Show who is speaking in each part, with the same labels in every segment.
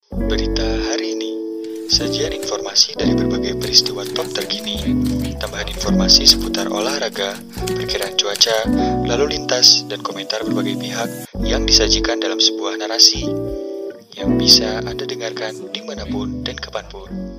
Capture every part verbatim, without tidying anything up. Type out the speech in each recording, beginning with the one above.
Speaker 1: Berita hari ini, sajian informasi dari berbagai peristiwa top terkini, tambahan informasi seputar olahraga, perkiraan cuaca, lalu lintas, dan komentar berbagai pihak yang disajikan dalam sebuah narasi yang bisa Anda dengarkan dimanapun dan kapanpun.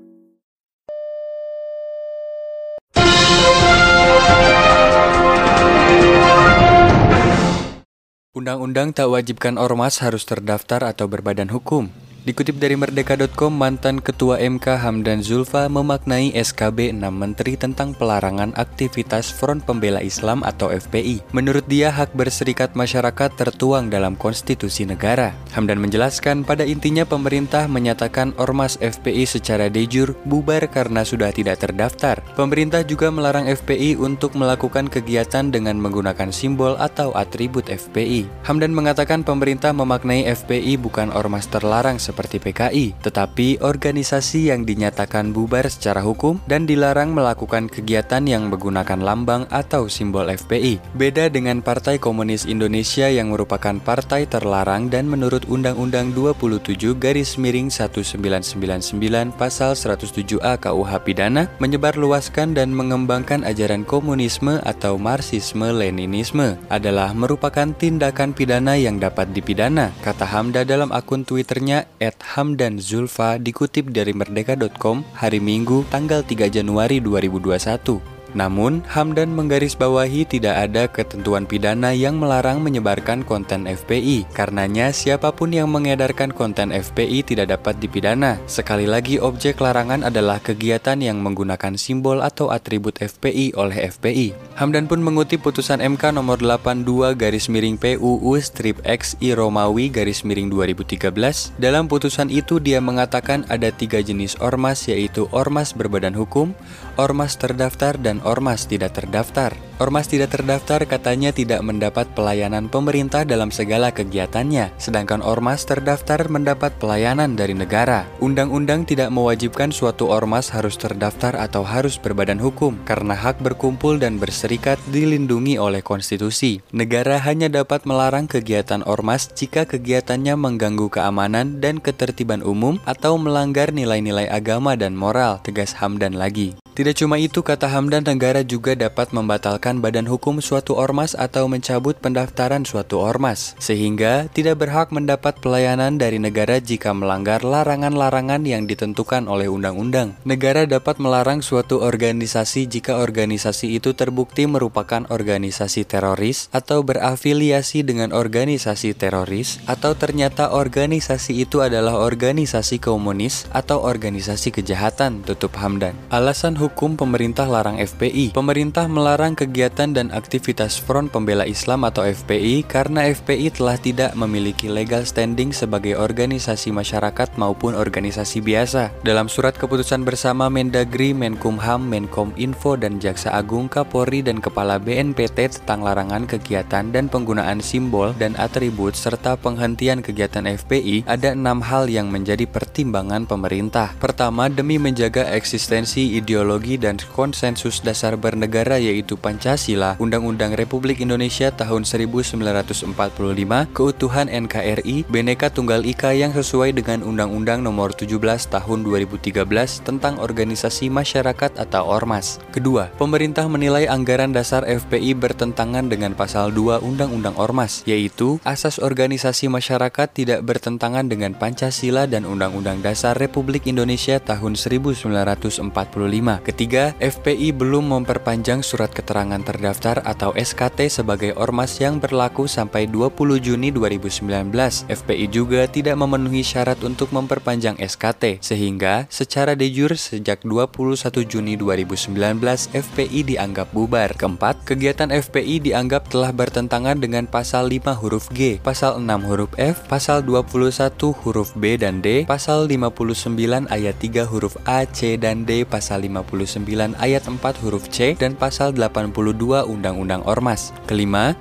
Speaker 2: Undang-undang tak wajibkan ormas harus terdaftar atau berbadan hukum. Dikutip dari Merdeka titik com, mantan Ketua M K Hamdan Zulfa memaknai S K B enam Menteri tentang pelarangan aktivitas Front Pembela Islam atau F P I. Menurut dia, hak berserikat masyarakat tertuang dalam konstitusi negara. Hamdan menjelaskan, pada intinya pemerintah menyatakan ormas F P I secara de jure bubar karena sudah tidak terdaftar. Pemerintah juga melarang F P I untuk melakukan kegiatan dengan menggunakan simbol atau atribut F P I. Hamdan mengatakan pemerintah memaknai F P I bukan ormas terlarang seperti P K I, tetapi organisasi yang dinyatakan bubar secara hukum dan dilarang melakukan kegiatan yang menggunakan lambang atau simbol F P I. Beda dengan Partai Komunis Indonesia yang merupakan partai terlarang dan menurut Undang-Undang dua puluh tujuh garis miring seribu sembilan ratus sembilan puluh sembilan pasal seratus tujuh A K U H pidana menyebarluaskan dan mengembangkan ajaran komunisme atau Marxisme-Leninisme adalah merupakan tindakan pidana yang dapat dipidana, kata Hamda dalam akun Twitternya et hamdan zulfa dikutip dari Merdeka titik com hari Minggu tanggal tiga Januari dua ribu dua puluh satu. Namun, Hamdan menggarisbawahi tidak ada ketentuan pidana yang melarang menyebarkan konten F P I. Karenanya, siapapun yang mengedarkan konten F P I tidak dapat dipidana. Sekali lagi, objek larangan adalah kegiatan yang menggunakan simbol atau atribut F P I oleh F P I. Hamdan pun mengutip putusan M K nomor delapan puluh dua garis miring P U U strip X I Romawi garis miring dua ribu tiga belas. Dalam putusan itu, dia mengatakan ada tiga jenis ormas, yaitu ormas berbadan hukum, ormas terdaftar, dan ormas tidak terdaftar. Ormas tidak terdaftar katanya tidak mendapat pelayanan pemerintah dalam segala kegiatannya, sedangkan ormas terdaftar mendapat pelayanan dari negara. Undang-undang tidak mewajibkan suatu ormas harus terdaftar atau harus berbadan hukum, karena hak berkumpul dan berserikat dilindungi oleh konstitusi. Negara hanya dapat melarang kegiatan ormas jika kegiatannya mengganggu keamanan dan ketertiban umum atau melanggar nilai-nilai agama dan moral, tegas Hamdan lagi. Tidak cuma itu, kata Hamdan, negara juga dapat membatalkan badan hukum suatu ormas atau mencabut pendaftaran suatu ormas, sehingga tidak berhak mendapat pelayanan dari negara jika melanggar larangan-larangan yang ditentukan oleh undang-undang. Negara dapat melarang suatu organisasi jika organisasi itu terbukti merupakan organisasi teroris atau berafiliasi dengan organisasi teroris, atau ternyata organisasi itu adalah organisasi komunis atau organisasi kejahatan, tutup Hamdan. Alasan hukum pemerintah larang F P I. Pemerintah melarang kegiatan dan aktivitas Front Pembela Islam atau F P I karena F P I telah tidak memiliki legal standing sebagai organisasi masyarakat maupun organisasi biasa. Dalam surat keputusan bersama Mendagri, Menkumham, Menkominfo, dan Jaksa Agung, Kapolri, dan Kepala B N P T tentang larangan kegiatan dan penggunaan simbol dan atribut serta penghentian kegiatan F P I, ada enam hal yang menjadi pertimbangan pemerintah. Pertama, demi menjaga eksistensi ideologi dan konsensus dasar bernegara yaitu Pancasila, Undang-Undang Republik Indonesia tahun seribu sembilan ratus empat puluh lima, keutuhan N K R I, Bhinneka Tunggal Ika yang sesuai dengan Undang-Undang nomor tujuh belas tahun dua ribu tiga belas tentang organisasi masyarakat atau ormas. Kedua, pemerintah menilai anggaran dasar F P I bertentangan dengan pasal dua Undang-Undang Ormas, yaitu asas organisasi masyarakat tidak bertentangan dengan Pancasila dan Undang-Undang Dasar Republik Indonesia tahun seribu sembilan ratus empat puluh lima. Ketiga, F P I belum memperpanjang surat keterangan terdaftar atau S K T sebagai ormas yang berlaku sampai dua puluh Juni dua ribu sembilan belas. F P I juga tidak memenuhi syarat untuk memperpanjang S K T, sehingga secara de jure sejak dua puluh satu Juni dua ribu sembilan belas F P I dianggap bubar. Keempat, kegiatan F P I dianggap telah bertentangan dengan pasal lima huruf G, pasal enam huruf F, pasal dua puluh satu huruf B dan D, pasal lima puluh sembilan ayat tiga huruf A, C, dan D, pasal lima puluh sembilan ayat empat huruf C, dan pasal delapan puluh dua Undang-Undang Ormas. Kelima,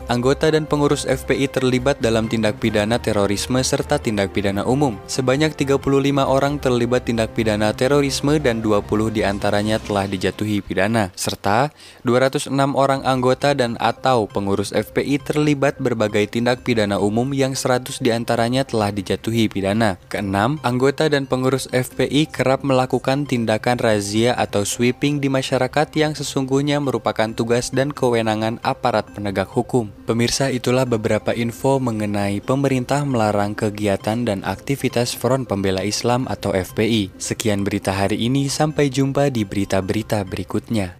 Speaker 2: anggota dan pengurus F P I terlibat dalam tindak pidana terorisme serta tindak pidana umum. Sebanyak tiga puluh lima orang terlibat tindak pidana terorisme dan dua puluh diantaranya telah dijatuhi pidana, serta dua ratus enam orang anggota dan atau pengurus F P I terlibat berbagai tindak pidana umum yang seratus diantaranya telah dijatuhi pidana. Keenam, anggota dan pengurus F P I kerap melakukan tindakan razia atau sweeping di masyarakat yang sesungguhnya merupakan tugas dan kewenangan aparat penegak hukum. Pemirsa, itulah beberapa info mengenai pemerintah melarang kegiatan dan aktivitas Front Pembela Islam atau F P I. Sekian berita hari ini, sampai jumpa di berita-berita berikutnya.